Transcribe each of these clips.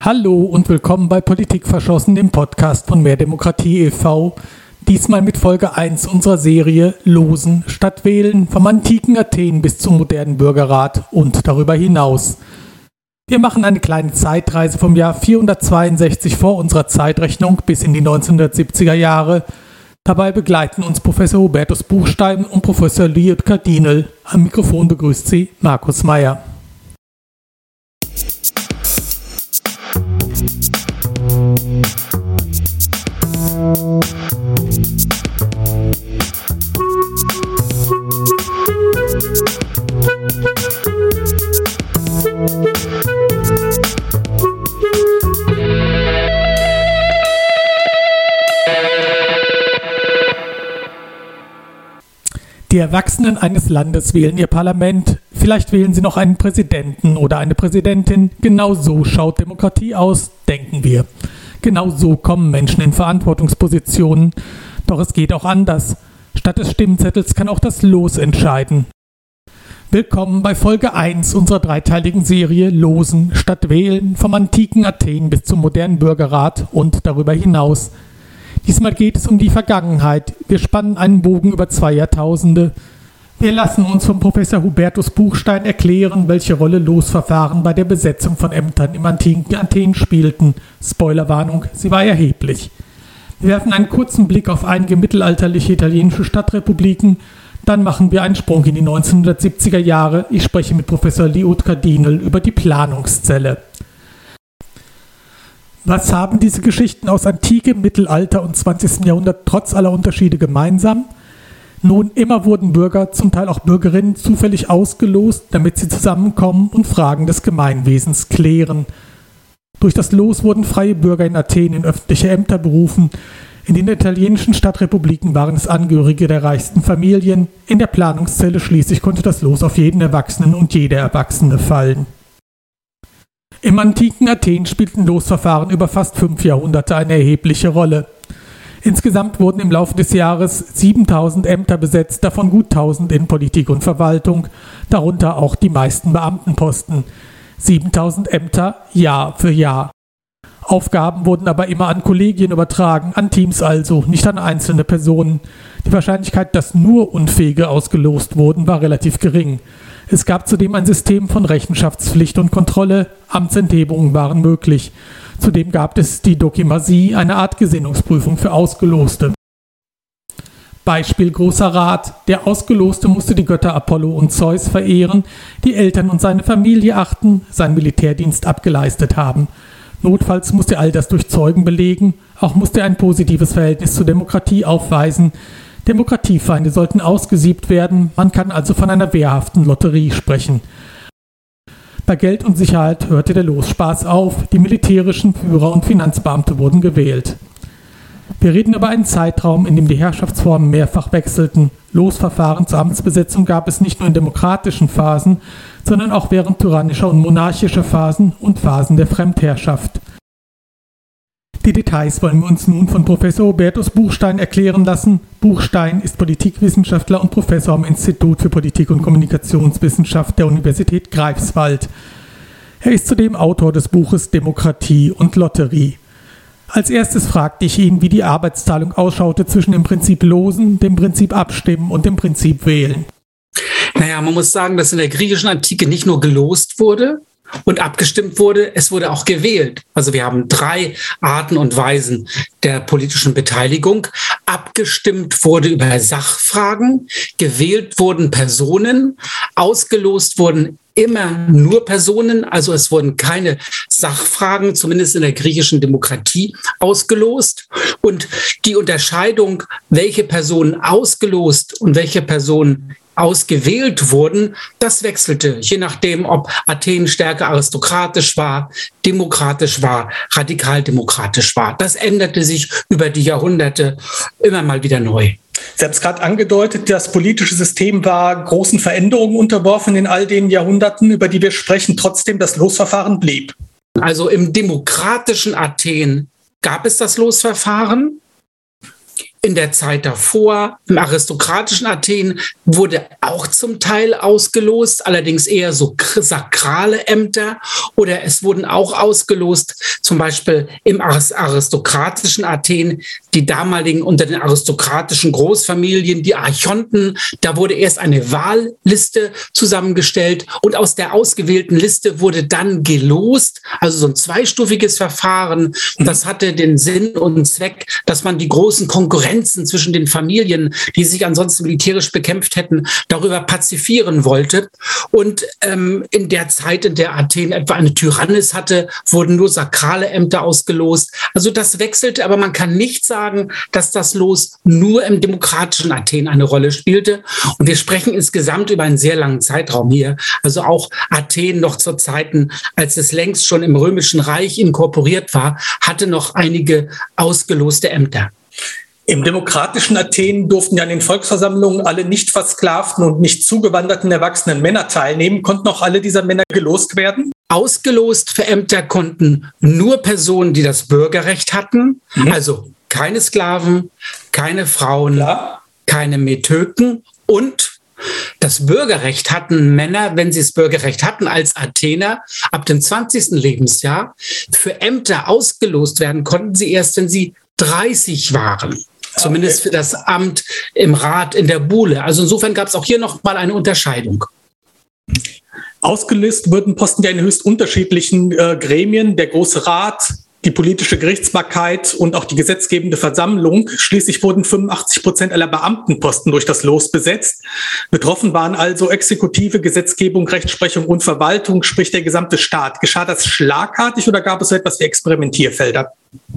Hallo und willkommen bei Politik verschossen, dem Podcast von Mehr Demokratie e.V. Diesmal mit Folge 1 unserer Serie Losen statt Wählen, vom antiken Athen bis zum modernen Bürgerrat und darüber hinaus. Wir machen eine kleine Zeitreise vom Jahr 462 vor unserer Zeitrechnung bis in die 1970er Jahre. Dabei begleiten uns Professor Hubertus Buchstein und Professor Liudger Dienel. Am Mikrofon begrüßt sie Markus Meyer. Die Erwachsenen eines Landes wählen ihr Parlament, vielleicht wählen sie noch einen Präsidenten oder eine Präsidentin. Genau so schaut Demokratie aus, denken wir. Genau so kommen Menschen in Verantwortungspositionen. Doch es geht auch anders. Statt des Stimmzettels kann auch das Los entscheiden. Willkommen bei Folge 1 unserer dreiteiligen Serie Losen statt Wählen, vom antiken Athen bis zum modernen Bürgerrat und darüber hinaus. Diesmal geht es um die Vergangenheit. Wir spannen einen Bogen über 2 Jahrtausende. Wir lassen uns von Professor Hubertus Buchstein erklären, welche Rolle Losverfahren bei der Besetzung von Ämtern im antiken Athen spielten. Spoilerwarnung, sie war erheblich. Wir werfen einen kurzen Blick auf einige mittelalterliche italienische Stadtrepubliken. Dann machen wir einen Sprung in die 1970er Jahre. Ich spreche mit Professor Liudger Dienel über die Planungszelle. Was haben diese Geschichten aus Antike, Mittelalter und 20. Jahrhundert trotz aller Unterschiede gemeinsam? Nun, immer wurden Bürger, zum Teil auch Bürgerinnen, zufällig ausgelost, damit sie zusammenkommen und Fragen des Gemeinwesens klären. Durch das Los wurden freie Bürger in Athen in öffentliche Ämter berufen. In den italienischen Stadtrepubliken waren es Angehörige der reichsten Familien. In der Planungszelle schließlich konnte das Los auf jeden Erwachsenen und jede Erwachsene fallen. Im antiken Athen spielten Losverfahren über fast 5 Jahrhunderte eine erhebliche Rolle. Insgesamt wurden im Laufe des Jahres 7000 Ämter besetzt, davon gut 1000 in Politik und Verwaltung, darunter auch die meisten Beamtenposten. 7000 Ämter Jahr für Jahr. Aufgaben wurden aber immer an Kollegien übertragen, an Teams also, nicht an einzelne Personen. Die Wahrscheinlichkeit, dass nur Unfähige ausgelost wurden, war relativ gering. Es gab zudem ein System von Rechenschaftspflicht und Kontrolle, Amtsenthebungen waren möglich. Zudem gab es die Dokimasie, eine Art Gesinnungsprüfung für Ausgeloste. Beispiel Großer Rat. Der Ausgeloste musste die Götter Apollo und Zeus verehren, die Eltern und seine Familie achten, seinen Militärdienst abgeleistet haben. Notfalls musste er all das durch Zeugen belegen, auch musste er ein positives Verhältnis zur Demokratie aufweisen. Demokratiefeinde sollten ausgesiebt werden, man kann also von einer wehrhaften Lotterie sprechen. Bei Geld und Sicherheit hörte der Losspaß auf, die militärischen Führer und Finanzbeamte wurden gewählt. Wir reden über einen Zeitraum, in dem die Herrschaftsformen mehrfach wechselten. Losverfahren zur Amtsbesetzung gab es nicht nur in demokratischen Phasen, sondern auch während tyrannischer und monarchischer Phasen und Phasen der Fremdherrschaft. Die Details wollen wir uns nun von Professor Hubertus Buchstein erklären lassen. Buchstein ist Politikwissenschaftler und Professor am Institut für Politik- und Kommunikationswissenschaft der Universität Greifswald. Er ist zudem Autor des Buches Demokratie und Lotterie. Als erstes fragte ich ihn, wie die Arbeitsteilung ausschaute zwischen dem Prinzip Losen, dem Prinzip Abstimmen und dem Prinzip Wählen. Naja, man muss sagen, dass in der griechischen Antike nicht nur gelost wurde und abgestimmt wurde, es wurde auch gewählt. Also wir haben 3 Arten und Weisen der politischen Beteiligung. Abgestimmt wurde über Sachfragen, gewählt wurden Personen, ausgelost wurden immer nur Personen, also es wurden keine Sachfragen, zumindest in der griechischen Demokratie, ausgelost. Und die Unterscheidung, welche Personen ausgelost und welche Personen ausgewählt wurden, das wechselte, je nachdem, ob Athen stärker aristokratisch war, demokratisch war, radikaldemokratisch war. Das änderte sich über die Jahrhunderte immer mal wieder neu. Sie haben es gerade angedeutet, das politische System war großen Veränderungen unterworfen in all den Jahrhunderten, über die wir sprechen, trotzdem das Losverfahren blieb. Also im demokratischen Athen gab es das Losverfahren. In der Zeit davor, im aristokratischen Athen, wurde auch zum Teil ausgelost, allerdings eher so sakrale Ämter, oder es wurden auch ausgelost, zum Beispiel im aristokratischen Athen, die damaligen unter den aristokratischen Großfamilien, die Archonten, da wurde erst eine Wahlliste zusammengestellt und aus der ausgewählten Liste wurde dann gelost, also so ein zweistufiges Verfahren. Das hatte den Sinn und Zweck, dass man die großen Konkurrenzen zwischen den Familien, die sich ansonsten militärisch bekämpft hätten, darüber pazifieren wollte. Und in der Zeit, in der Athen etwa eine Tyrannis hatte, wurden nur sakrale Ämter ausgelost. Also das wechselte, aber man kann nicht sagen, dass das Los nur im demokratischen Athen eine Rolle spielte. Und wir sprechen insgesamt über einen sehr langen Zeitraum hier. Also auch Athen noch zu Zeiten, als es längst schon im Römischen Reich inkorporiert war, hatte noch einige ausgeloste Ämter. Im demokratischen Athen durften ja an den Volksversammlungen alle nicht versklavten und nicht zugewanderten erwachsenen Männer teilnehmen. Konnten auch alle dieser Männer gelost werden? Ausgelost für Ämter konnten nur Personen, die das Bürgerrecht hatten, also keine Sklaven, keine Frauen, keine Metöken, und das Bürgerrecht hatten Männer, wenn sie das Bürgerrecht hatten als Athener, ab dem 20. Lebensjahr. Für Ämter ausgelost werden konnten sie erst, wenn sie 30 waren. Zumindest für das Amt im Rat, in der Bule. Also insofern gab es auch hier noch mal eine Unterscheidung. Ausgelöst wurden Posten ja in höchst unterschiedlichen Gremien, der Große Rat, die politische Gerichtsbarkeit und auch die gesetzgebende Versammlung. Schließlich wurden 85% aller Beamtenposten durch das Los besetzt. Betroffen waren also Exekutive, Gesetzgebung, Rechtsprechung und Verwaltung, sprich der gesamte Staat. Geschah das schlagartig oder gab es so etwas wie Experimentierfelder?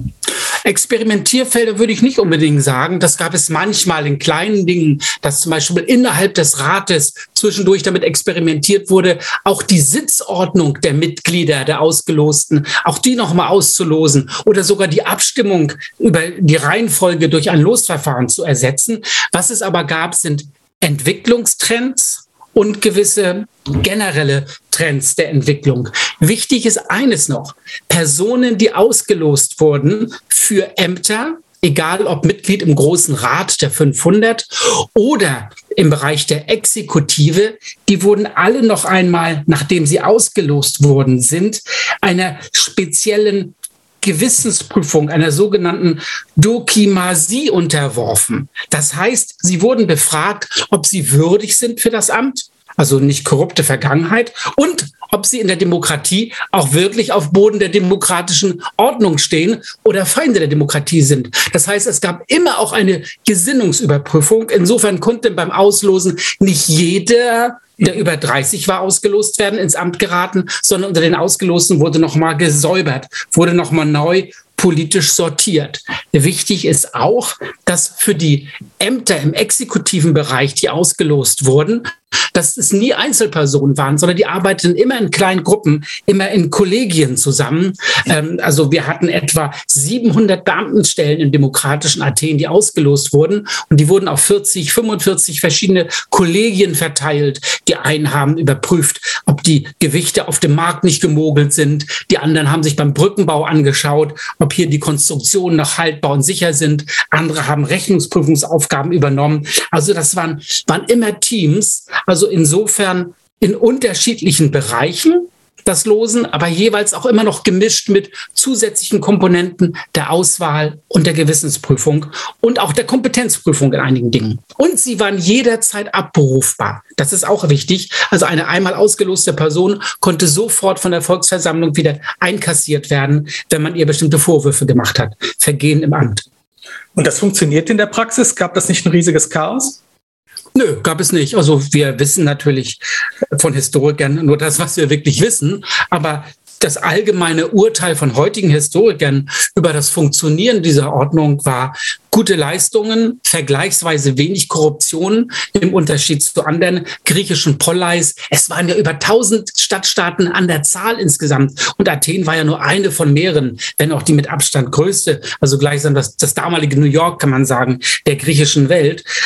Experimentierfelder würde ich nicht unbedingt sagen. Das gab es manchmal in kleinen Dingen, dass zum Beispiel innerhalb des Rates zwischendurch damit experimentiert wurde, auch die Sitzordnung der Mitglieder, der Ausgelosten, auch die nochmal auszulosen oder sogar die Abstimmung über die Reihenfolge durch ein Losverfahren zu ersetzen. Was es aber gab, sind Entwicklungstrends und gewisse generelle Trends der Entwicklung. Wichtig ist eines noch: Personen, die ausgelost wurden für Ämter, egal ob Mitglied im Großen Rat der 500 oder im Bereich der Exekutive, die wurden alle noch einmal, nachdem sie ausgelost worden sind, einer speziellen Gewissensprüfung, einer sogenannten Dokimasie unterworfen. Das heißt, sie wurden befragt, ob sie würdig sind für das Amt, also nicht korrupte Vergangenheit, und ob sie in der Demokratie auch wirklich auf Boden der demokratischen Ordnung stehen oder Feinde der Demokratie sind. Das heißt, es gab immer auch eine Gesinnungsüberprüfung. Insofern konnte beim Auslosen nicht jeder, der über 30 war, ausgelost werden, ins Amt geraten, sondern unter den Ausgelosten wurde nochmal gesäubert, wurde nochmal neu politisch sortiert. Wichtig ist auch, dass für die Ämter im exekutiven Bereich, die ausgelost wurden, dass es nie Einzelpersonen waren, sondern die arbeiteten immer in kleinen Gruppen, immer in Kollegien zusammen. Also wir hatten etwa 700 Beamtenstellen im demokratischen Athen, die ausgelost wurden, und die wurden auf 40, 45 verschiedene Kollegien verteilt. Die einen haben überprüft, ob die Gewichte auf dem Markt nicht gemogelt sind. Die anderen haben sich beim Brückenbau angeschaut, ob hier die Konstruktionen noch haltbar und sicher sind. Andere haben Rechnungsprüfungsaufgaben übernommen. Also das waren immer Teams. Also insofern in unterschiedlichen Bereichen das Losen, aber jeweils auch immer noch gemischt mit zusätzlichen Komponenten der Auswahl und der Gewissensprüfung und auch der Kompetenzprüfung in einigen Dingen. Und sie waren jederzeit abberufbar. Das ist auch wichtig. Also eine einmal ausgeloste Person konnte sofort von der Volksversammlung wieder einkassiert werden, wenn man ihr bestimmte Vorwürfe gemacht hat. Vergehen im Amt. Und das funktioniert in der Praxis? Gab das nicht ein riesiges Chaos? Nö, gab es nicht. Also wir wissen natürlich von Historikern nur das, was wir wirklich wissen. Aber das allgemeine Urteil von heutigen Historikern über das Funktionieren dieser Ordnung war: gute Leistungen, vergleichsweise wenig Korruption im Unterschied zu anderen griechischen Poleis. Es waren ja über 1000 Stadtstaaten an der Zahl insgesamt. Und Athen war ja nur eine von mehreren, wenn auch die mit Abstand größte. Also gleichsam das damalige New York, kann man sagen, der griechischen Welt.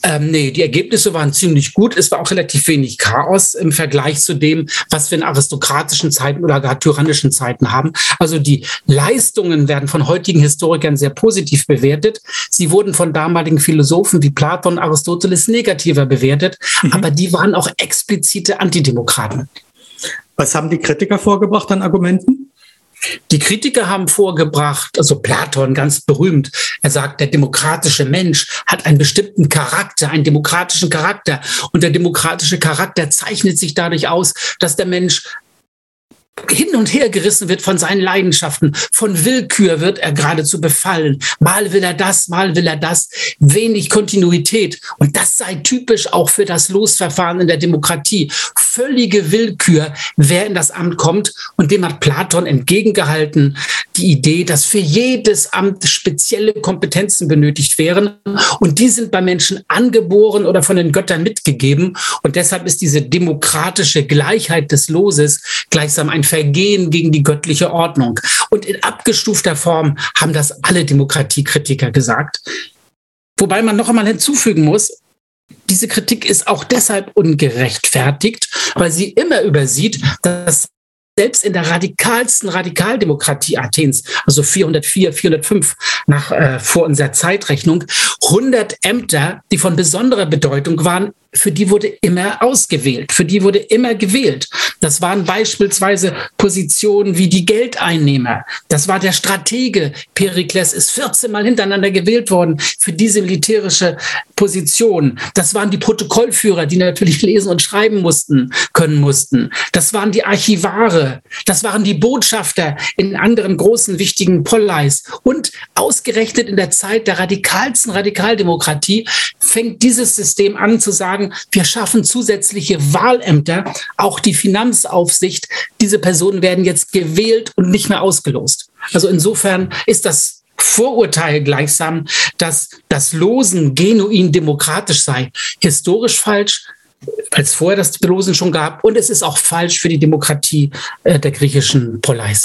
Nee, die Ergebnisse waren ziemlich gut. Es war auch relativ wenig Chaos im Vergleich zu dem, was wir in aristokratischen Zeiten oder gar tyrannischen Zeiten haben. Also die Leistungen werden von heutigen Historikern sehr positiv bewertet. Sie wurden von damaligen Philosophen wie Platon und Aristoteles negativer bewertet, aber die waren auch explizite Antidemokraten. Was haben die Kritiker vorgebracht an Argumenten? Die Kritiker haben vorgebracht, also Platon ganz berühmt, er sagt, der demokratische Mensch hat einen bestimmten Charakter, einen demokratischen Charakter. Und der demokratische Charakter zeichnet sich dadurch aus, dass der Mensch hin und her gerissen wird von seinen Leidenschaften. Von Willkür wird er geradezu befallen. Mal will er das, mal will er das. Wenig Kontinuität. Und das sei typisch auch für das Losverfahren in der Demokratie. Völlige Willkür, wer in das Amt kommt. Und dem hat Platon entgegengehalten die Idee, dass für jedes Amt spezielle Kompetenzen benötigt wären. Und die sind bei Menschen angeboren oder von den Göttern mitgegeben. Und deshalb ist diese demokratische Gleichheit des Loses gleichsam ein Vergehen gegen die göttliche Ordnung. Und in abgestufter Form haben das alle Demokratiekritiker gesagt. Wobei man noch einmal hinzufügen muss, diese Kritik ist auch deshalb ungerechtfertigt, weil sie immer übersieht, dass selbst in der radikalsten Radikaldemokratie Athens, also 404, 405 vor unserer Zeitrechnung, 100 Ämter, die von besonderer Bedeutung waren, für die wurde immer ausgewählt, für die wurde immer gewählt. Das waren beispielsweise Positionen wie die Geldeinnehmer. Das war der Stratege. Perikles ist 14 Mal hintereinander gewählt worden für diese militärische Position. Das waren die Protokollführer, die natürlich lesen und schreiben können mussten. Das waren die Archivare. Das waren die Botschafter in anderen großen, wichtigen Poleis. Und ausgerechnet in der Zeit der radikalsten Radikaldemokratie fängt dieses System an zu sagen, wir schaffen zusätzliche Wahlämter, auch die Finanzaufsicht. Diese Personen werden jetzt gewählt und nicht mehr ausgelost. Also insofern ist das Vorurteil gleichsam, dass das Losen genuin demokratisch sei, historisch falsch, weil es vorher das Losen schon gab. Und es ist auch falsch für die Demokratie der griechischen Poleis.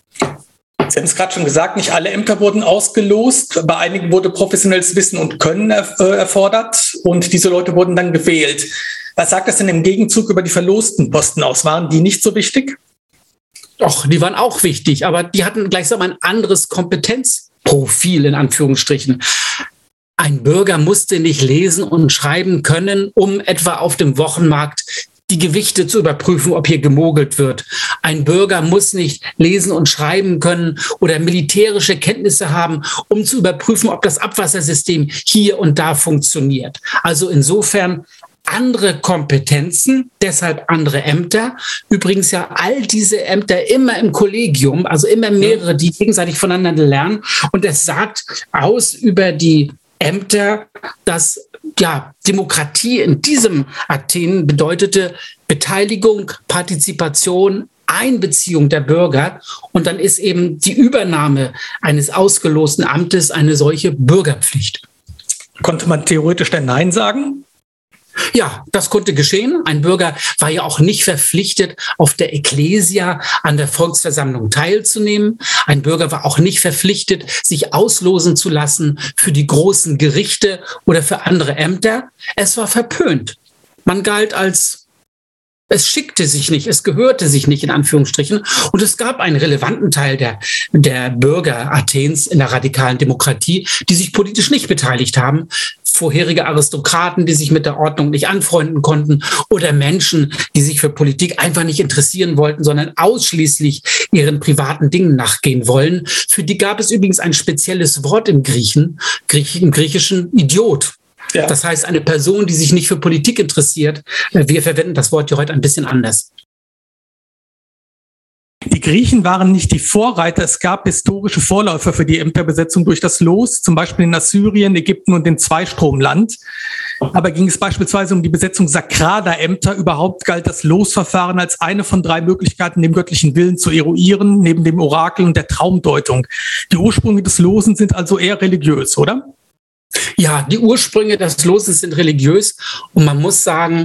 Sie haben es gerade schon gesagt, nicht alle Ämter wurden ausgelost. Bei einigen wurde professionelles Wissen und Können erfordert und diese Leute wurden dann gewählt. Was sagt das denn im Gegenzug über die verlosten Posten aus? Waren die nicht so wichtig? Doch, die waren auch wichtig, aber die hatten gleichsam ein anderes Kompetenzprofil in Anführungsstrichen. Ein Bürger musste nicht lesen und schreiben können, um etwa auf dem Wochenmarkt die Gewichte zu überprüfen, ob hier gemogelt wird. Ein Bürger muss nicht lesen und schreiben können oder militärische Kenntnisse haben, um zu überprüfen, ob das Abwassersystem hier und da funktioniert. Also insofern andere Kompetenzen, deshalb andere Ämter. Übrigens ja all diese Ämter immer im Kollegium, also immer mehrere, die gegenseitig voneinander lernen. Und es sagt aus über die Ämter, dass Demokratie in diesem Athen bedeutete Beteiligung, Partizipation, Einbeziehung der Bürger. Und dann ist eben die Übernahme eines ausgelosten Amtes eine solche Bürgerpflicht. Konnte man theoretisch denn Nein sagen? Ja, das konnte geschehen. Ein Bürger war ja auch nicht verpflichtet, auf der Ekklesia an der Volksversammlung teilzunehmen. Ein Bürger war auch nicht verpflichtet, sich auslosen zu lassen für die großen Gerichte oder für andere Ämter. Es war verpönt. Man galt als es schickte sich nicht, es gehörte sich nicht in Anführungsstrichen. Und es gab einen relevanten Teil der Bürger Athens in der radikalen Demokratie, die sich politisch nicht beteiligt haben. Vorherige Aristokraten, die sich mit der Ordnung nicht anfreunden konnten oder Menschen, die sich für Politik einfach nicht interessieren wollten, sondern ausschließlich ihren privaten Dingen nachgehen wollen. Für die gab es übrigens ein spezielles Wort im Griechischen, Idiot. Ja. Das heißt, eine Person, die sich nicht für Politik interessiert. Wir verwenden das Wort hier heute ein bisschen anders. Die Griechen waren nicht die Vorreiter. Es gab historische Vorläufer für die Ämterbesetzung durch das Los, zum Beispiel in Assyrien, Ägypten und dem Zweistromland. Aber ging es beispielsweise um die Besetzung sakraler Ämter, überhaupt galt das Losverfahren als eine von 3 Möglichkeiten, den göttlichen Willen zu eruieren, neben dem Orakel und der Traumdeutung. Die Ursprünge des Losen sind also eher religiös, oder? Ja, die Ursprünge des Loses sind religiös und man muss sagen,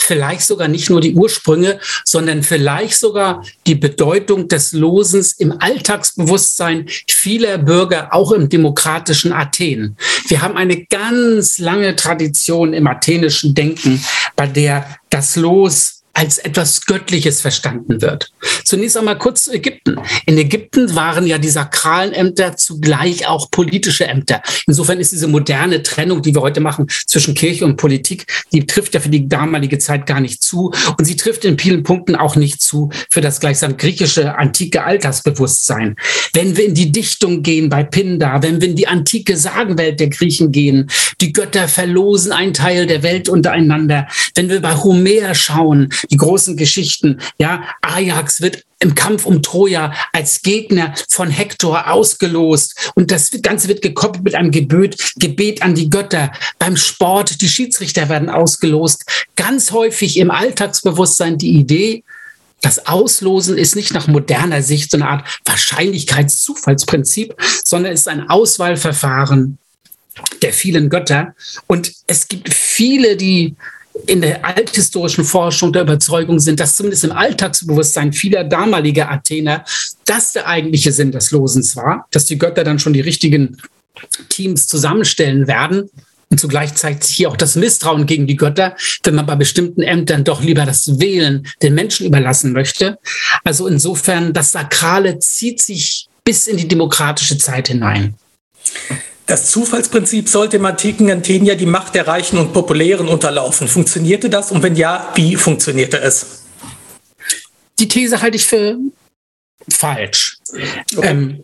vielleicht sogar nicht nur die Ursprünge, sondern vielleicht sogar die Bedeutung des Losens im Alltagsbewusstsein vieler Bürger, auch im demokratischen Athen. Wir haben eine ganz lange Tradition im athenischen Denken, bei der das Los als etwas Göttliches verstanden wird. Zunächst einmal kurz zu Ägypten. In Ägypten waren ja die sakralen Ämter zugleich auch politische Ämter. Insofern ist diese moderne Trennung, die wir heute machen zwischen Kirche und Politik, die trifft ja für die damalige Zeit gar nicht zu. Und sie trifft in vielen Punkten auch nicht zu für das gleichsam griechische, antike Alltagsbewusstsein. Wenn wir in die Dichtung gehen bei Pindar, wenn wir in die antike Sagenwelt der Griechen gehen, die Götter verlosen einen Teil der Welt untereinander. Wenn wir bei Homer schauen, die großen Geschichten, ja, Ajax wird im Kampf um Troja als Gegner von Hektor ausgelost und das Ganze wird gekoppelt mit einem Gebet an die Götter. Beim Sport, die Schiedsrichter werden ausgelost. Ganz häufig im Alltagsbewusstsein die Idee, das Auslosen ist nicht nach moderner Sicht so eine Art Wahrscheinlichkeits-Zufallsprinzip, sondern ist ein Auswahlverfahren der vielen Götter. Und es gibt viele, die in der althistorischen Forschung der Überzeugung sind, dass zumindest im Alltagsbewusstsein vieler damaliger Athener das der eigentliche Sinn des Losens war, dass die Götter dann schon die richtigen Teams zusammenstellen werden. Und zugleich zeigt sich hier auch das Misstrauen gegen die Götter, wenn man bei bestimmten Ämtern doch lieber das Wählen den Menschen überlassen möchte. Also insofern, das Sakrale zieht sich bis in die demokratische Zeit hinein. Das Zufallsprinzip sollte im antiken Athen ja die Macht der Reichen und Populären unterlaufen. Funktionierte das? Und wenn ja, wie funktionierte es? Die These halte ich für falsch. Okay.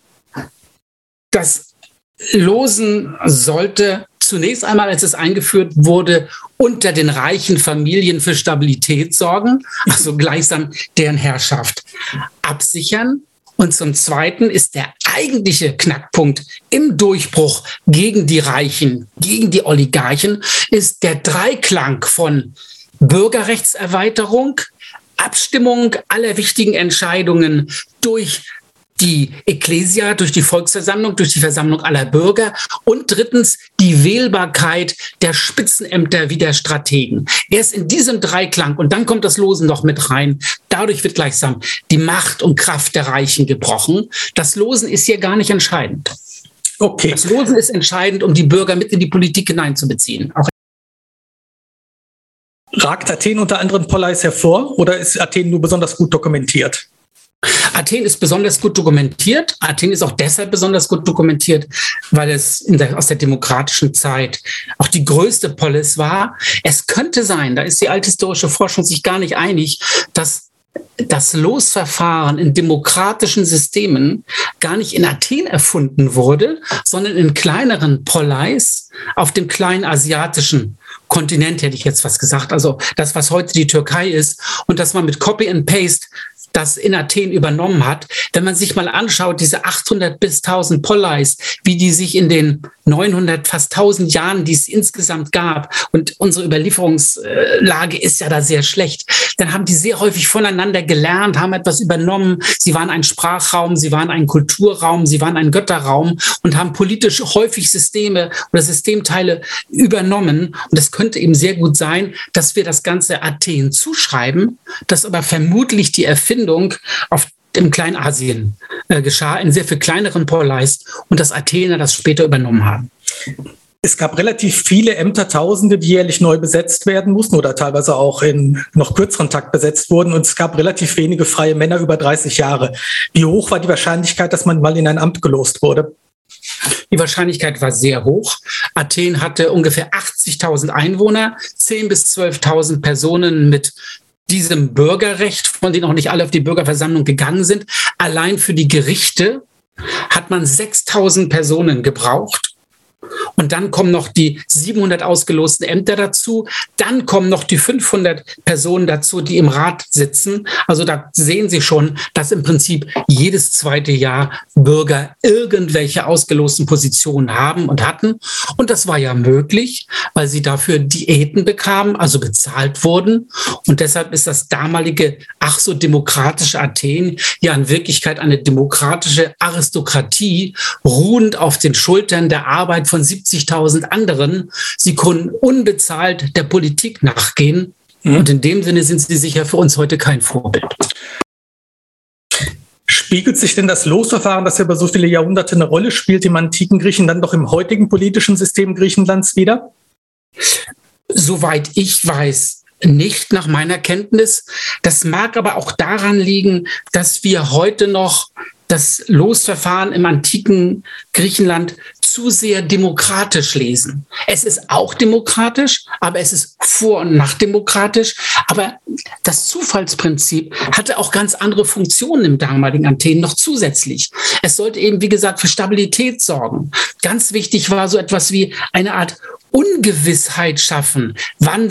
Das Losen sollte zunächst einmal, als es eingeführt wurde, unter den reichen Familien für Stabilität sorgen, also gleichsam deren Herrschaft absichern. Und zum Zweiten ist der eigentliche Knackpunkt im Durchbruch gegen die Reichen, gegen die Oligarchen, ist der Dreiklang von Bürgerrechtserweiterung, Abstimmung aller wichtigen Entscheidungen durch die Ekklesia, durch die Volksversammlung, durch die Versammlung aller Bürger und drittens die Wählbarkeit der Spitzenämter wie der Strategen. Erst in diesem Dreiklang, und dann kommt das Losen noch mit rein, dadurch wird gleichsam die Macht und Kraft der Reichen gebrochen. Das Losen ist hier gar nicht entscheidend. Okay. Das Losen ist entscheidend, um die Bürger mit in die Politik hineinzubeziehen. Auch ragt Athen unter anderen Poleis hervor oder ist Athen nur besonders gut dokumentiert? Athen ist besonders gut dokumentiert. Athen ist auch deshalb besonders gut dokumentiert, weil es aus der demokratischen Zeit auch die größte Polis war. Es könnte sein, da ist die althistorische Forschung sich gar nicht einig, dass das Losverfahren in demokratischen Systemen gar nicht in Athen erfunden wurde, sondern in kleineren Poleis auf dem kleinen asiatischen Kontinent, hätte ich jetzt was gesagt. Also das, was heute die Türkei ist und dass man mit Copy and Paste das in Athen übernommen hat. Wenn man sich mal anschaut, diese 800 bis 1000 Poleis, wie die sich in den 900, fast 1000 Jahren, die es insgesamt gab, und unsere Überlieferungslage ist ja da sehr schlecht, dann haben die sehr häufig voneinander gelernt, haben etwas übernommen. Sie waren ein Sprachraum, sie waren ein Kulturraum, sie waren ein Götterraum und haben politisch häufig Systeme oder Systemteile übernommen. Und es könnte eben sehr gut sein, dass wir das Ganze Athen zuschreiben, dass aber vermutlich die Erfindung im Kleinasien geschah, in sehr viel kleineren Poleis und dass Athener das später übernommen haben. Es gab relativ viele Ämter, Tausende, die jährlich neu besetzt werden mussten oder teilweise auch in noch kürzeren Takt besetzt wurden. Und es gab relativ wenige freie Männer über 30 Jahre. Wie hoch war die Wahrscheinlichkeit, dass man mal in ein Amt gelost wurde? Die Wahrscheinlichkeit war sehr hoch. Athen hatte ungefähr 80.000 Einwohner, 10.000 bis 12.000 Personen mit diesem Bürgerrecht, von denen auch nicht alle auf die Bürgerversammlung gegangen sind. Allein für die Gerichte hat man 6.000 Personen gebraucht. Und dann kommen noch die 700 ausgelosten Ämter dazu. Dann kommen noch die 500 Personen dazu, die im Rat sitzen. Also da sehen Sie schon, dass im Prinzip jedes zweite Jahr Bürger irgendwelche ausgelosten Positionen haben und hatten. Und das war ja möglich, weil sie dafür Diäten bekamen, also bezahlt wurden. Und deshalb ist das damalige, ach so demokratische Athen ja in Wirklichkeit eine demokratische Aristokratie, ruhend auf den Schultern der Arbeit von 70.000 anderen. Sie konnten unbezahlt der Politik nachgehen. Und in dem Sinne sind sie sicher für uns heute kein Vorbild. Spiegelt sich denn das Losverfahren, das ja über so viele Jahrhunderte eine Rolle spielt, im antiken Griechenland doch im heutigen politischen System Griechenlands wieder? Soweit ich weiß, nicht nach meiner Kenntnis. Das mag aber auch daran liegen, dass wir heute noch das Losverfahren im antiken Griechenland zu sehr demokratisch lesen. Es ist auch demokratisch, aber es ist vor- und nachdemokratisch. Aber das Zufallsprinzip hatte auch ganz andere Funktionen im damaligen Athen noch zusätzlich. Es sollte eben, wie gesagt, für Stabilität sorgen. Ganz wichtig war so etwas wie eine Art Ungewissheit schaffen. Wann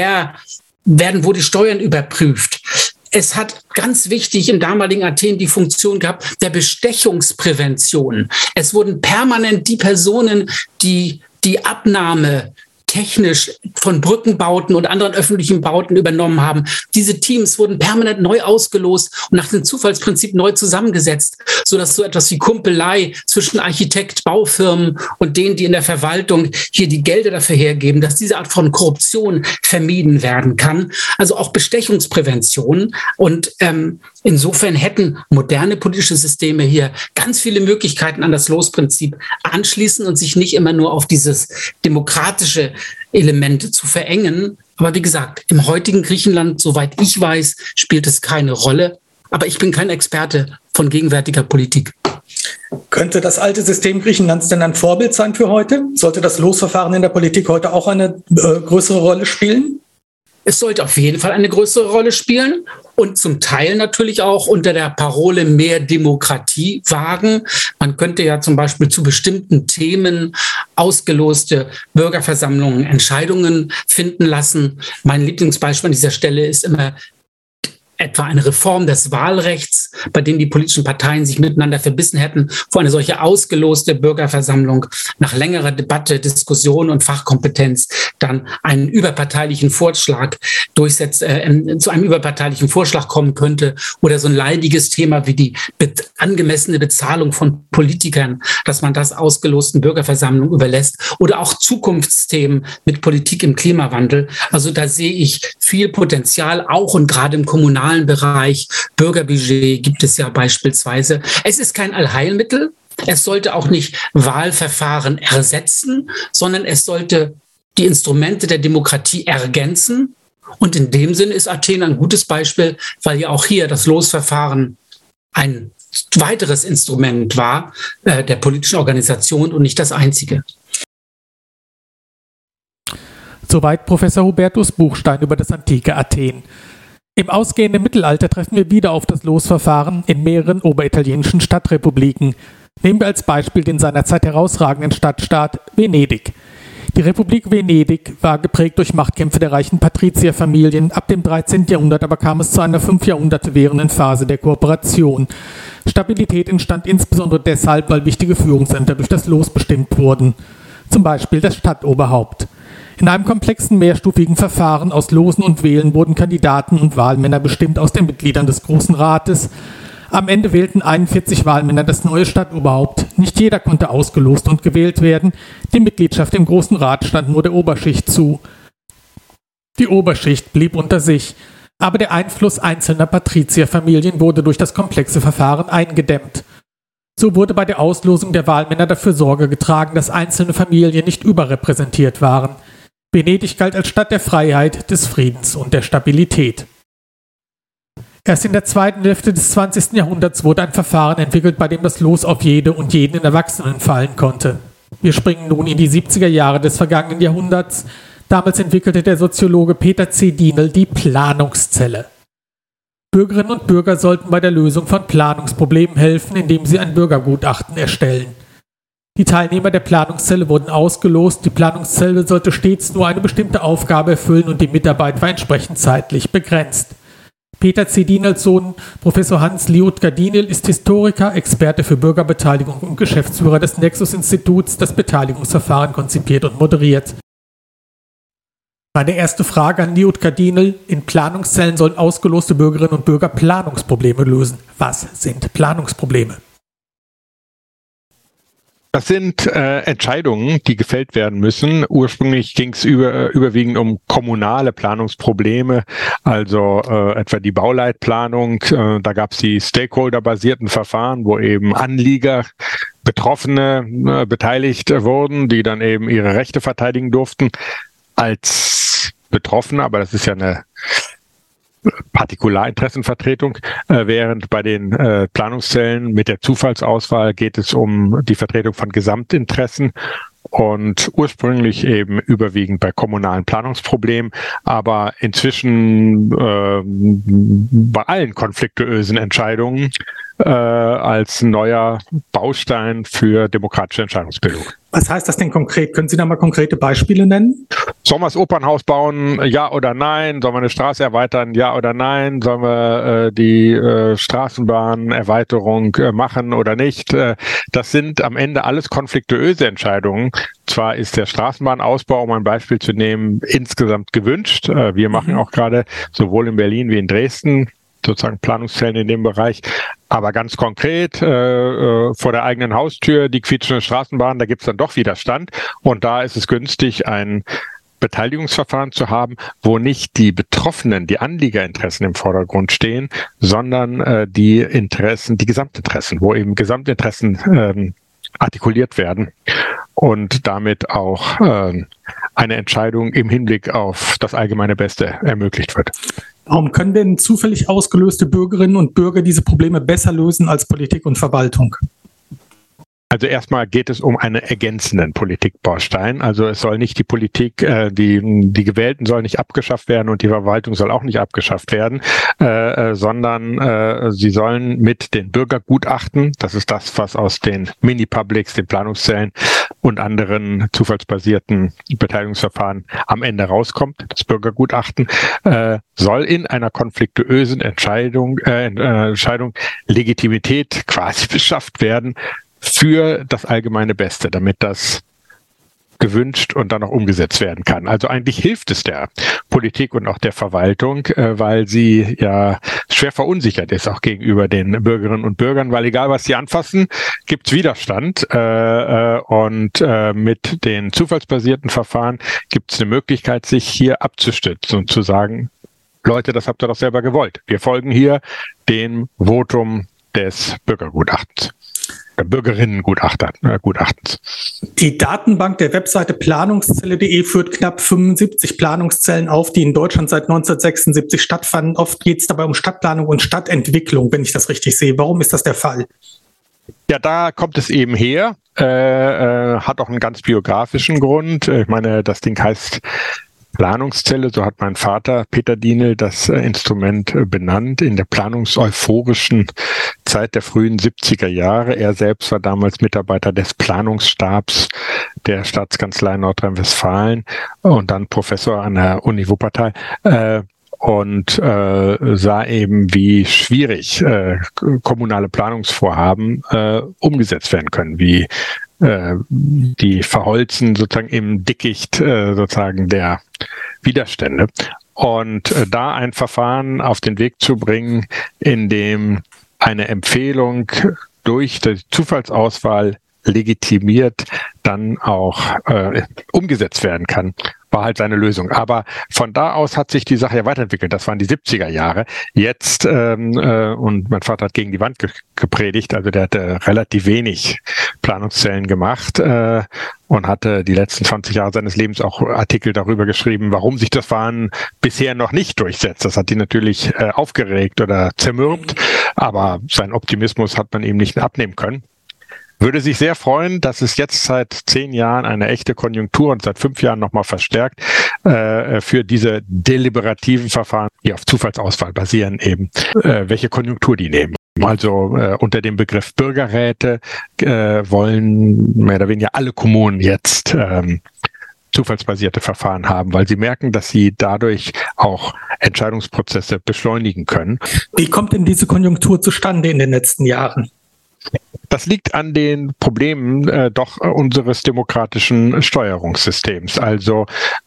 werden wo die Steuern überprüft? Es hat ganz wichtig im damaligen Athen die Funktion gehabt der Bestechungsprävention. Es wurden permanent die Personen, die die Abnahme technisch von Brückenbauten und anderen öffentlichen Bauten übernommen haben. Diese Teams wurden permanent neu ausgelost und nach dem Zufallsprinzip neu zusammengesetzt, sodass so etwas wie Kumpelei zwischen Architekt, Baufirmen und denen, die in der Verwaltung hier die Gelder dafür hergeben, dass diese Art von Korruption vermieden werden kann. Also auch Bestechungsprävention. Und insofern hätten moderne politische Systeme hier ganz viele Möglichkeiten an das Losprinzip anschließen und sich nicht immer nur auf dieses demokratische Element zu verengen. Aber wie gesagt, im heutigen Griechenland, soweit ich weiß, spielt es keine Rolle. Aber ich bin kein Experte von gegenwärtiger Politik. Könnte das alte System Griechenlands denn ein Vorbild sein für heute? Sollte das Losverfahren in der Politik heute auch eine größere Rolle spielen? Es sollte auf jeden Fall eine größere Rolle spielen und zum Teil natürlich auch unter der Parole mehr Demokratie wagen. Man könnte ja zum Beispiel zu bestimmten Themen ausgeloste Bürgerversammlungen Entscheidungen finden lassen. Mein Lieblingsbeispiel an dieser Stelle ist immer etwa eine Reform des Wahlrechts, bei dem die politischen Parteien sich miteinander verbissen hätten, wo eine solche ausgeloste Bürgerversammlung nach längerer Debatte, Diskussion und Fachkompetenz dann einen überparteilichen Vorschlag zu einem überparteilichen Vorschlag kommen könnte, oder so ein leidiges Thema wie die angemessene Bezahlung von Politikern, dass man das ausgelosten Bürgerversammlungen überlässt, oder auch Zukunftsthemen mit Politik im Klimawandel. Also da sehe ich viel Potenzial, auch und gerade im kommunalen Bereich. Bürgerbudget gibt es ja beispielsweise. Es ist kein Allheilmittel. Es sollte auch nicht Wahlverfahren ersetzen, sondern es sollte die Instrumente der Demokratie ergänzen. Und in dem Sinn ist Athen ein gutes Beispiel, weil ja auch hier das Losverfahren ein weiteres Instrument war der politischen Organisation und nicht das einzige. Soweit Professor Hubertus Buchstein über das antike Athen. Im ausgehenden Mittelalter treffen wir wieder auf das Losverfahren in mehreren oberitalienischen Stadtrepubliken. Nehmen wir als Beispiel den seinerzeit herausragenden Stadtstaat Venedig. Die Republik Venedig war geprägt durch Machtkämpfe der reichen Patrizierfamilien. Ab dem 13. Jahrhundert aber kam es zu einer 5 Jahrhunderte währenden Phase der Kooperation. Stabilität entstand insbesondere deshalb, weil wichtige Führungsämter durch das Los bestimmt wurden. Zum Beispiel das Stadtoberhaupt. In einem komplexen mehrstufigen Verfahren aus Losen und Wählen wurden Kandidaten und Wahlmänner bestimmt aus den Mitgliedern des Großen Rates. Am Ende wählten 41 Wahlmänner das neue Stadtoberhaupt. Nicht jeder konnte ausgelost und gewählt werden. Die Mitgliedschaft im Großen Rat stand nur der Oberschicht zu. Die Oberschicht blieb unter sich. Aber der Einfluss einzelner Patrizierfamilien wurde durch das komplexe Verfahren eingedämmt. So wurde bei der Auslosung der Wahlmänner dafür Sorge getragen, dass einzelne Familien nicht überrepräsentiert waren. Venedig galt als Stadt der Freiheit, des Friedens und der Stabilität. Erst in der zweiten Hälfte des 20. Jahrhunderts wurde ein Verfahren entwickelt, bei dem das Los auf jede und jeden Erwachsenen fallen konnte. Wir springen nun in die 70er Jahre des vergangenen Jahrhunderts. Damals entwickelte der Soziologe Peter C. Dienel die Planungszelle. Bürgerinnen und Bürger sollten bei der Lösung von Planungsproblemen helfen, indem sie ein Bürgergutachten erstellen. Die Teilnehmer der Planungszelle wurden ausgelost. Die Planungszelle sollte stets nur eine bestimmte Aufgabe erfüllen und die Mitarbeit war entsprechend zeitlich begrenzt. Peter C. Dienels Sohn, Professor Hans Liudger Dienel, ist Historiker, Experte für Bürgerbeteiligung und Geschäftsführer des Nexus-Instituts, das Beteiligungsverfahren konzipiert und moderiert. Meine erste Frage an Liudger Dienel: In Planungszellen sollen ausgeloste Bürgerinnen und Bürger Planungsprobleme lösen. Was sind Planungsprobleme? Das sind Entscheidungen, die gefällt werden müssen. Ursprünglich ging es überwiegend um kommunale Planungsprobleme, also etwa die Bauleitplanung. Da gab es die Stakeholder-basierten Verfahren, wo eben Anlieger, Betroffene beteiligt wurden, die dann eben ihre Rechte verteidigen durften als Betroffene. Aber das ist ja eine Partikularinteressenvertretung, während bei den Planungszellen mit der Zufallsauswahl geht es um die Vertretung von Gesamtinteressen und ursprünglich eben überwiegend bei kommunalen Planungsproblemen, aber inzwischen bei allen konfliktuösen Entscheidungen als neuer Baustein für demokratische Entscheidungsbildung. Was heißt das denn konkret? Können Sie da mal konkrete Beispiele nennen? Sollen wir das Opernhaus bauen? Ja oder nein? Sollen wir eine Straße erweitern? Ja oder nein? Sollen wir die Straßenbahnerweiterung machen oder nicht? Das sind am Ende alles konfliktuöse Entscheidungen. Zwar ist der Straßenbahnausbau, um ein Beispiel zu nehmen, insgesamt gewünscht. Wir machen auch gerade sowohl in Berlin wie in Dresden sozusagen Planungszellen in dem Bereich. Aber ganz konkret vor der eigenen Haustür die quietschende Straßenbahn, da gibt es dann doch Widerstand. Und da ist es günstig, ein Beteiligungsverfahren zu haben, wo nicht die Betroffenen, die Anliegerinteressen im Vordergrund stehen, sondern die Interessen, die Gesamtinteressen, wo eben Gesamtinteressen artikuliert werden und damit auch eine Entscheidung im Hinblick auf das allgemeine Beste ermöglicht wird. Warum können denn zufällig ausgelöste Bürgerinnen und Bürger diese Probleme besser lösen als Politik und Verwaltung? Also erstmal geht es um einen ergänzenden Politikbaustein. Also es soll nicht die Politik, die Gewählten sollen nicht abgeschafft werden und die Verwaltung soll auch nicht abgeschafft werden, sondern sie sollen mit den Bürgergutachten, das ist das, was aus den Mini-Publics, den Planungszellen und anderen zufallsbasierten Beteiligungsverfahren am Ende rauskommt, das Bürgergutachten, soll in einer konfliktuösen Entscheidung Legitimität quasi beschafft werden, für das allgemeine Beste, damit das gewünscht und dann auch umgesetzt werden kann. Also eigentlich hilft es der Politik und auch der Verwaltung, weil sie ja schwer verunsichert ist, auch gegenüber den Bürgerinnen und Bürgern, weil egal was sie anfassen, gibt's Widerstand. Und mit den zufallsbasierten Verfahren gibt's eine Möglichkeit, sich hier abzustützen und zu sagen, Leute, das habt ihr doch selber gewollt. Wir folgen hier dem Votum des Bürgergutachtens. Bürgerinnengutachtens. Die Datenbank der Webseite planungszelle.de führt knapp 75 Planungszellen auf, die in Deutschland seit 1976 stattfanden. Oft geht es dabei um Stadtplanung und Stadtentwicklung, wenn ich das richtig sehe. Warum ist das der Fall? Ja, da kommt es eben her. Hat auch einen ganz biografischen Grund. Ich meine, das Ding heißt Planungszelle, so hat mein Vater Peter Dienel das Instrument benannt, in der planungseuphorischen Zeit der frühen 70er Jahre. Er selbst war damals Mitarbeiter des Planungsstabs der Staatskanzlei Nordrhein-Westfalen und dann Professor an der Uni Wuppertal. Und sah eben, wie schwierig kommunale Planungsvorhaben umgesetzt werden können, wie die verholzen sozusagen im Dickicht sozusagen der Widerstände. Und da ein Verfahren auf den Weg zu bringen, in dem eine Empfehlung durch die Zufallsauswahl legitimiert dann auch umgesetzt werden kann, war halt seine Lösung. Aber von da aus hat sich die Sache ja weiterentwickelt. Das waren die 70er Jahre. Jetzt, und mein Vater hat gegen die Wand gepredigt, also der hatte relativ wenig Planungszellen gemacht und hatte die letzten 20 Jahre seines Lebens auch Artikel darüber geschrieben, warum sich das Verfahren bisher noch nicht durchsetzt. Das hat ihn natürlich aufgeregt oder zermürbt, aber seinen Optimismus hat man ihm nicht abnehmen können. Würde sich sehr freuen, dass es jetzt seit 10 Jahren eine echte Konjunktur und seit 5 Jahren nochmal verstärkt für diese deliberativen Verfahren, die auf Zufallsauswahl basieren, eben welche Konjunktur die nehmen. Also unter dem Begriff Bürgerräte wollen mehr oder weniger alle Kommunen jetzt zufallsbasierte Verfahren haben, weil sie merken, dass sie dadurch auch Entscheidungsprozesse beschleunigen können. Wie kommt denn diese Konjunktur zustande in den letzten Jahren? Das liegt an den Problemen doch unseres demokratischen Steuerungssystems. Also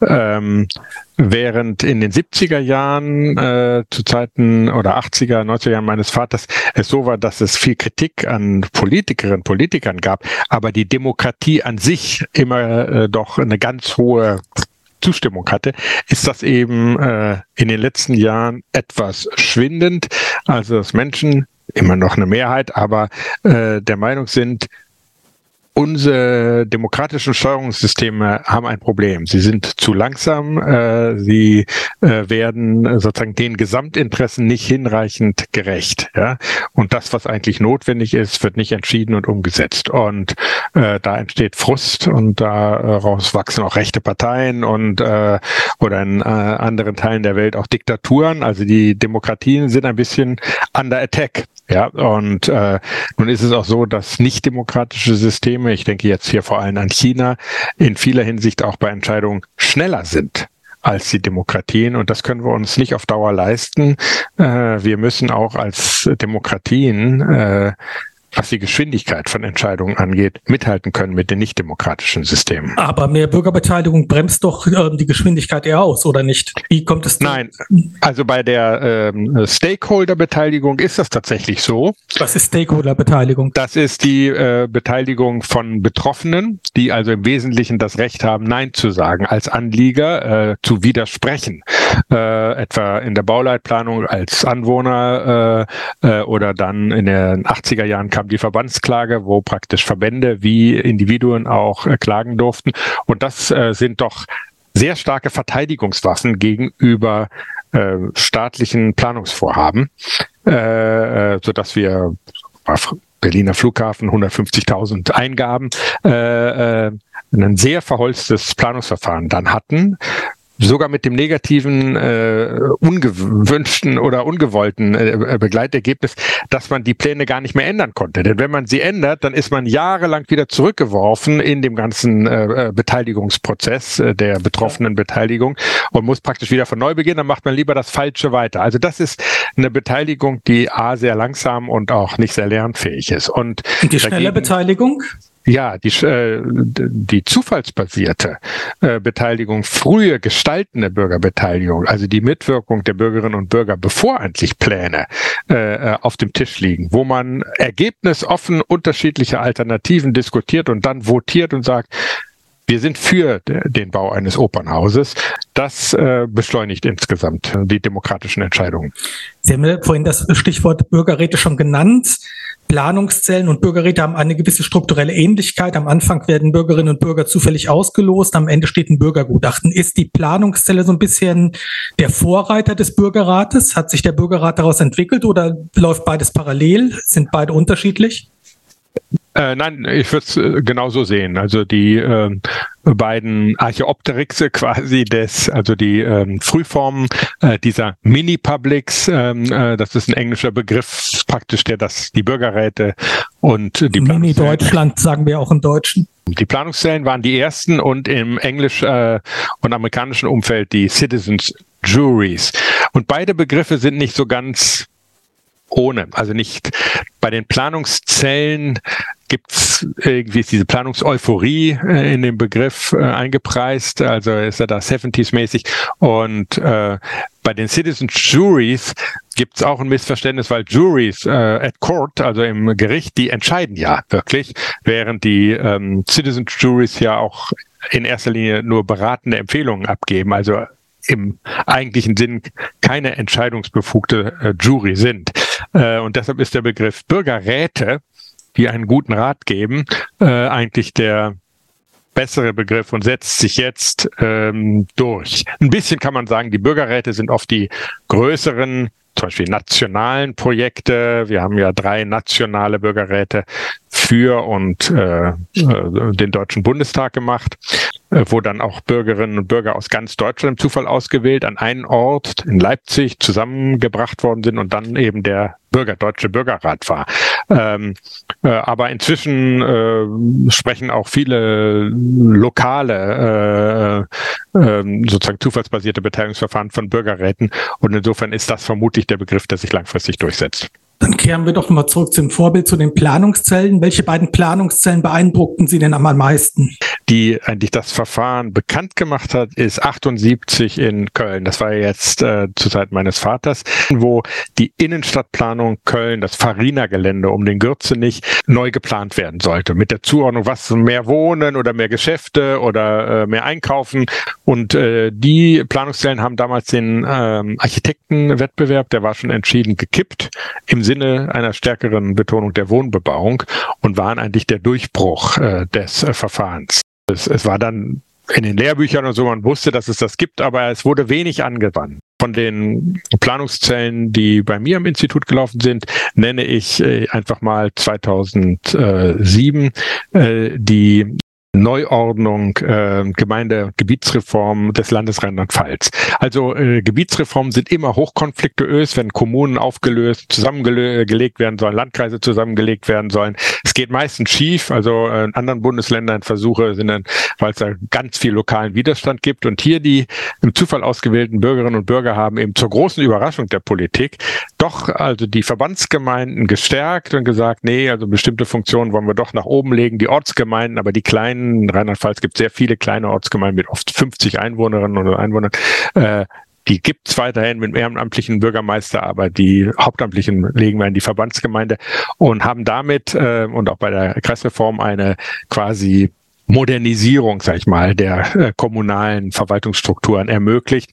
während in den 70er Jahren zu Zeiten oder 80er, 90er Jahren meines Vaters es so war, dass es viel Kritik an Politikerinnen und Politikern gab, aber die Demokratie an sich immer doch eine ganz hohe Zustimmung hatte, ist das eben in den letzten Jahren etwas schwindend. Also dass Menschen, immer noch eine Mehrheit, aber der Meinung sind, unsere demokratischen Steuerungssysteme haben ein Problem. Sie sind zu langsam, sie werden sozusagen den Gesamtinteressen nicht hinreichend gerecht. Ja? Und das, was eigentlich notwendig ist, wird nicht entschieden und umgesetzt. Und da entsteht Frust und daraus wachsen auch rechte Parteien und oder in anderen Teilen der Welt auch Diktaturen. Also die Demokratien sind ein bisschen under attack. Ja, und nun ist es auch so, dass nicht demokratische Systeme, ich denke jetzt hier vor allem an China, in vieler Hinsicht auch bei Entscheidungen schneller sind als die Demokratien. Und das können wir uns nicht auf Dauer leisten. Wir müssen auch als Demokratien, was die Geschwindigkeit von Entscheidungen angeht, mithalten können mit den nicht-demokratischen Systemen. Aber mehr Bürgerbeteiligung bremst doch die Geschwindigkeit eher aus, oder nicht? Wie kommt es denn? Nein, also bei der Stakeholder-Beteiligung ist das tatsächlich so. Was ist Stakeholder-Beteiligung? Das ist die Beteiligung von Betroffenen, die also im Wesentlichen das Recht haben, Nein zu sagen, als Anlieger zu widersprechen. Etwa in der Bauleitplanung als Anwohner oder dann in den 80er Jahren kam die Verbandsklage, wo praktisch Verbände wie Individuen auch klagen durften. Und das sind doch sehr starke Verteidigungswaffen gegenüber staatlichen Planungsvorhaben, sodass wir Berliner Flughafen 150.000 Eingaben, ein sehr verholztes Planungsverfahren dann hatten. Sogar mit dem negativen, ungewünschten oder ungewollten Begleitergebnis, dass man die Pläne gar nicht mehr ändern konnte. Denn wenn man sie ändert, dann ist man jahrelang wieder zurückgeworfen in dem ganzen Beteiligungsprozess der betroffenen Beteiligung und muss praktisch wieder von neu beginnen. Dann macht man lieber das Falsche weiter. Also das ist eine Beteiligung, die sehr langsam und auch nicht sehr lernfähig ist. Und die schnelle Beteiligung? Ja, die zufallsbasierte Beteiligung, frühe gestaltende Bürgerbeteiligung, also die Mitwirkung der Bürgerinnen und Bürger, bevor eigentlich Pläne auf dem Tisch liegen, wo man ergebnisoffen unterschiedliche Alternativen diskutiert und dann votiert und sagt, wir sind für den Bau eines Opernhauses. Das beschleunigt insgesamt die demokratischen Entscheidungen. Sie haben ja vorhin das Stichwort Bürgerräte schon genannt. Planungszellen und Bürgerräte haben eine gewisse strukturelle Ähnlichkeit. Am Anfang werden Bürgerinnen und Bürger zufällig ausgelost, am Ende steht ein Bürgergutachten. Ist die Planungszelle so ein bisschen der Vorreiter des Bürgerrates? Hat sich der Bürgerrat daraus entwickelt oder läuft beides parallel? Sind beide unterschiedlich? Nein, ich würde es genauso sehen. Also die beiden Archaeopteryxe quasi also die Frühformen dieser Mini-Publics, das ist ein englischer Begriff praktisch, der die Bürgerräte und die Mini-Deutschland sagen wir auch im Deutschen. Die Planungszellen waren die ersten und im englisch- und amerikanischen Umfeld die Citizens Juries. Und beide Begriffe sind nicht so ganz ohne, also nicht bei den Planungszellen gibt's irgendwie diese Planungseuphorie in dem Begriff eingepreist, also ist er da 70s-mäßig und bei den Citizen Juries gibt's auch ein Missverständnis, weil Juries at Court, also im Gericht, die entscheiden ja wirklich, während die Citizen Juries ja auch in erster Linie nur beratende Empfehlungen abgeben, also im eigentlichen Sinn keine entscheidungsbefugte Jury sind. Und deshalb ist der Begriff Bürgerräte, die einen guten Rat geben, eigentlich der bessere Begriff und setzt sich jetzt durch. Ein bisschen kann man sagen, die Bürgerräte sind oft die größeren, zum Beispiel nationalen Projekte. Wir haben ja 3 nationale Bürgerräte für und den Deutschen Bundestag gemacht, wo dann auch Bürgerinnen und Bürger aus ganz Deutschland im Zufall ausgewählt an einen Ort in Leipzig zusammengebracht worden sind und dann eben der Deutsche Bürgerrat war. Aber inzwischen sprechen auch viele lokale, sozusagen zufallsbasierte Beteiligungsverfahren von Bürgerräten und insofern ist das vermutlich der Begriff, der sich langfristig durchsetzt. Dann kehren wir doch mal zurück zum Vorbild, zu den Planungszellen. Welche beiden Planungszellen beeindruckten Sie denn am meisten? Die eigentlich das Verfahren bekannt gemacht hat, ist 78 in Köln. Das war jetzt zur Zeit meines Vaters, wo die Innenstadtplanung Köln, das Farina-Gelände um den Gürzenich, neu geplant werden sollte. Mit der Zuordnung, was mehr Wohnen oder mehr Geschäfte oder mehr Einkaufen. Und die Planungszellen haben damals den Architektenwettbewerb, der war schon entschieden, gekippt, im Sinne einer stärkeren Betonung der Wohnbebauung und waren eigentlich der Durchbruch des Verfahrens. Es war dann in den Lehrbüchern und so, man wusste, dass es das gibt, aber es wurde wenig angewandt. Von den Planungszellen, die bei mir am Institut gelaufen sind, nenne ich einfach mal 2007 die Neuordnung, Gemeindegebietsreform des Landes Rheinland-Pfalz. Also Gebietsreformen sind immer hochkonfliktuös, wenn Kommunen aufgelöst, zusammengelegt werden sollen, Landkreise zusammengelegt werden sollen. Es geht meistens schief, also in anderen Bundesländern Versuche sind dann, weil es da ganz viel lokalen Widerstand gibt. Und hier die im Zufall ausgewählten Bürgerinnen und Bürger haben eben zur großen Überraschung der Politik doch also die Verbandsgemeinden gestärkt und gesagt, nee, also bestimmte Funktionen wollen wir doch nach oben legen, die Ortsgemeinden, aber die kleinen, in Rheinland-Pfalz gibt es sehr viele kleine Ortsgemeinden mit oft 50 Einwohnerinnen oder Einwohnern. Die gibt es weiterhin mit ehrenamtlichen Bürgermeister, aber die Hauptamtlichen legen wir in die Verbandsgemeinde und haben damit und auch bei der Kreisreform eine quasi Modernisierung, sag ich mal, der kommunalen Verwaltungsstrukturen ermöglicht.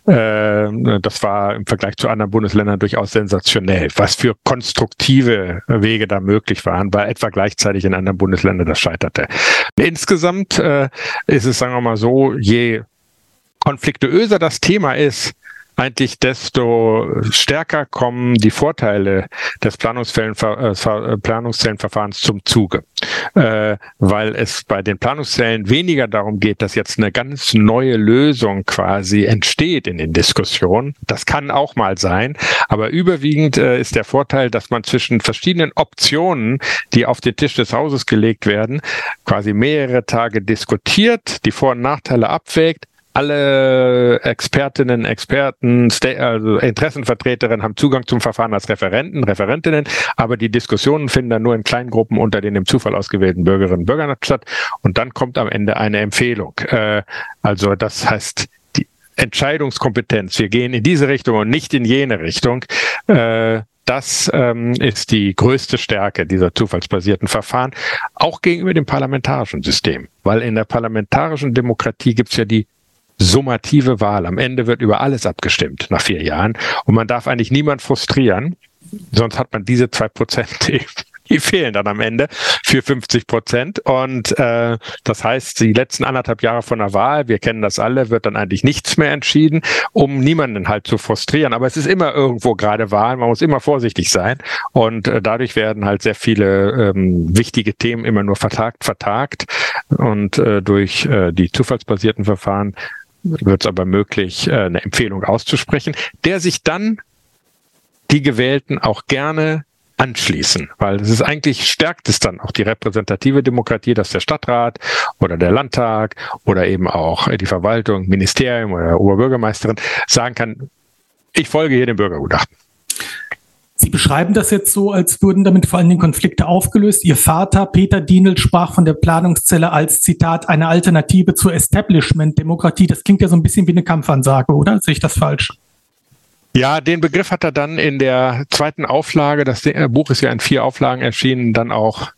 Das war im Vergleich zu anderen Bundesländern durchaus sensationell, was für konstruktive Wege da möglich waren, weil etwa gleichzeitig in anderen Bundesländern das scheiterte. Insgesamt ist es, sagen wir mal so, je konfliktuöser das Thema ist, eigentlich desto stärker kommen die Vorteile des Planungszellenverfahrens zum Zuge, weil es bei den Planungszellen weniger darum geht, dass jetzt eine ganz neue Lösung quasi entsteht in den Diskussionen. Das kann auch mal sein, aber überwiegend ist der Vorteil, dass man zwischen verschiedenen Optionen, die auf den Tisch des Hauses gelegt werden, quasi mehrere Tage diskutiert, die Vor- und Nachteile abwägt. Alle Expertinnen, Experten, also Interessenvertreterinnen haben Zugang zum Verfahren als Referenten, Referentinnen, aber die Diskussionen finden dann nur in Kleingruppen unter den im Zufall ausgewählten Bürgerinnen und Bürgern statt und dann kommt am Ende eine Empfehlung. Also das heißt, die Entscheidungskompetenz, wir gehen in diese Richtung und nicht in jene Richtung, das ist die größte Stärke dieser zufallsbasierten Verfahren, auch gegenüber dem parlamentarischen System, weil in der parlamentarischen Demokratie gibt es ja die summative Wahl. Am Ende wird über alles abgestimmt nach 4 Jahren und man darf eigentlich niemand frustrieren, sonst hat man diese 2%, die fehlen dann am Ende für 50%. Und das heißt, die letzten 1,5 Jahre von der Wahl, wir kennen das alle, wird dann eigentlich nichts mehr entschieden, um niemanden halt zu frustrieren. Aber es ist immer irgendwo gerade Wahl, man muss immer vorsichtig sein. Und dadurch werden halt sehr viele wichtige Themen immer nur vertagt. Und durch die zufallsbasierten Verfahren wird es aber möglich, eine Empfehlung auszusprechen, der sich dann die Gewählten auch gerne anschließen, weil es ist eigentlich, stärkt es dann auch die repräsentative Demokratie, dass der Stadtrat oder der Landtag oder eben auch die Verwaltung, Ministerium oder Oberbürgermeisterin sagen kann, ich folge hier dem Bürgergutachten. Sie beschreiben das jetzt so, als würden damit vor allen Dingen Konflikte aufgelöst. Ihr Vater, Peter Dienel, sprach von der Planungszelle als, Zitat, eine Alternative zur Establishment-Demokratie. Das klingt ja so ein bisschen wie eine Kampfansage, oder? Sehe ich das falsch? Ja, den Begriff hat er dann in der 2. Auflage, das Buch ist ja in 4 Auflagen erschienen, dann auch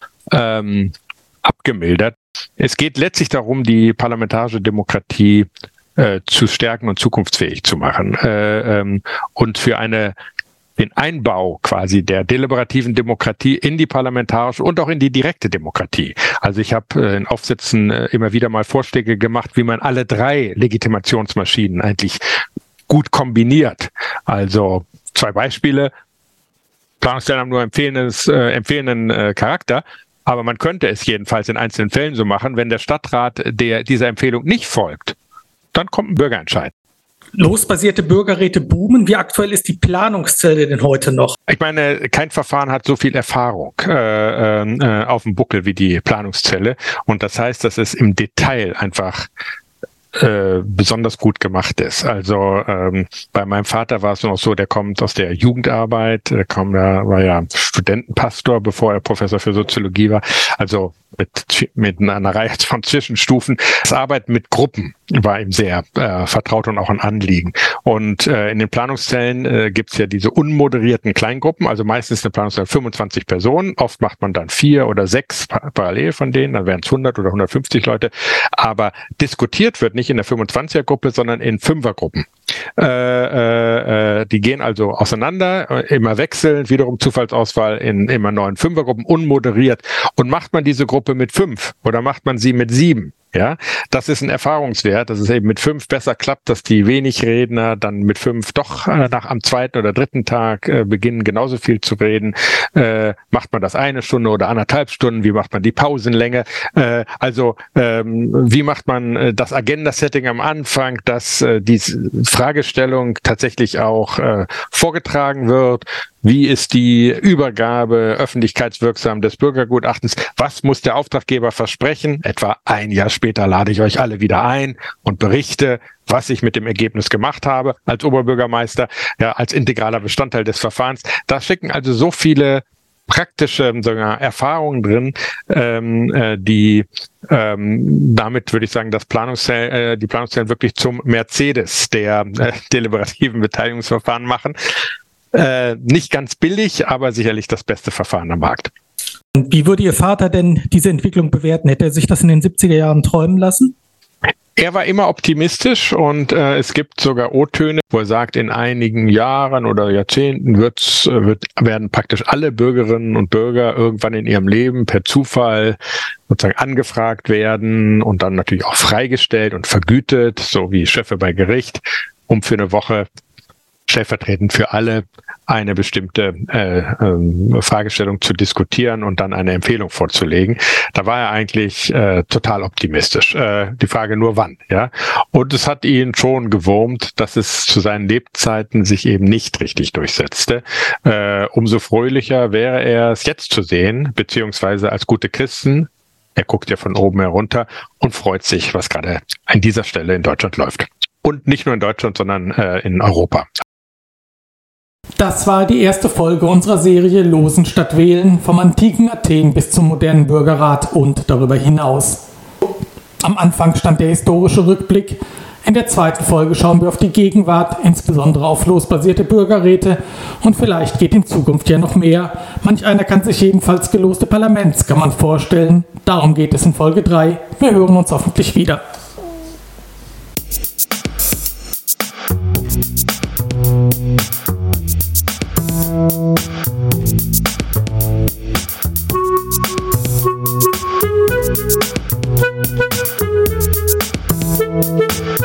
abgemildert. Es geht letztlich darum, die parlamentarische Demokratie zu stärken und zukunftsfähig zu machen und für den Einbau quasi der deliberativen Demokratie in die parlamentarische und auch in die direkte Demokratie. Also ich habe in Aufsätzen immer wieder mal Vorschläge gemacht, wie man alle 3 Legitimationsmaschinen eigentlich gut kombiniert. Also 2 Beispiele. Planungsstellen haben nur empfehlenden Charakter, aber man könnte es jedenfalls in einzelnen Fällen so machen, wenn der Stadtrat dieser Empfehlung nicht folgt, dann kommt ein Bürgerentscheid. Losbasierte Bürgerräte boomen. Wie aktuell ist die Planungszelle denn heute noch? Ich meine, kein Verfahren hat so viel Erfahrung auf dem Buckel wie die Planungszelle. Und das heißt, dass es im Detail einfach besonders gut gemacht ist. Also bei meinem Vater war es noch so, der kommt aus der Jugendarbeit, der war ja Studentenpastor, bevor er Professor für Soziologie war, also mit einer Reihe von Zwischenstufen. Das Arbeiten mit Gruppen war ihm sehr vertraut und auch ein Anliegen. Und in den Planungszellen gibt's ja diese unmoderierten Kleingruppen, also meistens eine Planungszelle 25 Personen, oft macht man dann 4 oder 6 parallel von denen, dann wären es 100 oder 150 Leute, aber diskutiert wird nicht in der 25er-Gruppe, sondern in 5er-Gruppen. Die gehen also auseinander, immer wechselnd, wiederum Zufallsauswahl in immer neuen 5er-Gruppen, unmoderiert. Und macht man diese Gruppe mit 5 oder macht man sie mit 7? Ja, das ist ein Erfahrungswert, dass es eben mit 5 besser klappt, dass die wenig Redner dann mit 5 doch am 2. oder 3. Tag beginnen, genauso viel zu reden. Macht man das 1 Stunde oder 1,5 Stunden? Wie macht man die Pausenlänge? Wie macht man das Agenda-Setting am Anfang, dass die Fragestellung tatsächlich auch vorgetragen wird? Wie ist die Übergabe öffentlichkeitswirksam des Bürgergutachtens? Was muss der Auftraggeber versprechen? Etwa ein Jahr später lade ich euch alle wieder ein und berichte, was ich mit dem Ergebnis gemacht habe als Oberbürgermeister, ja, als integraler Bestandteil des Verfahrens. Da stecken also so viele praktische sogar Erfahrungen drin, die damit würde ich sagen, die Planungszellen wirklich zum Mercedes der deliberativen Beteiligungsverfahren machen. Nicht ganz billig, aber sicherlich das beste Verfahren am Markt. Wie würde Ihr Vater denn diese Entwicklung bewerten? Hätte er sich das in den 70er Jahren träumen lassen? Er war immer optimistisch und es gibt sogar O-Töne, wo er sagt, in einigen Jahren oder Jahrzehnten werden praktisch alle Bürgerinnen und Bürger irgendwann in ihrem Leben per Zufall sozusagen angefragt werden und dann natürlich auch freigestellt und vergütet, so wie Schöffe bei Gericht, um für eine Woche stellvertretend für alle eine bestimmte Fragestellung zu diskutieren und dann eine Empfehlung vorzulegen. Da war er eigentlich total optimistisch. Die Frage nur wann, ja. Und es hat ihn schon gewurmt, dass es zu seinen Lebzeiten sich eben nicht richtig durchsetzte. Umso fröhlicher wäre er es jetzt zu sehen, beziehungsweise als gute Christen. Er guckt ja von oben herunter und freut sich, was gerade an dieser Stelle in Deutschland läuft. Und nicht nur in Deutschland, sondern in Europa. Das war die erste Folge unserer Serie Losen statt Wählen, vom antiken Athen bis zum modernen Bürgerrat und darüber hinaus. Am Anfang stand der historische Rückblick. In der zweiten Folge schauen wir auf die Gegenwart, insbesondere auf losbasierte Bürgerräte, und vielleicht geht in Zukunft ja noch mehr. Manch einer kann sich jedenfalls geloste Parlamentskammern vorstellen. Darum geht es in Folge 3. Wir hören uns hoffentlich wieder. Thank you.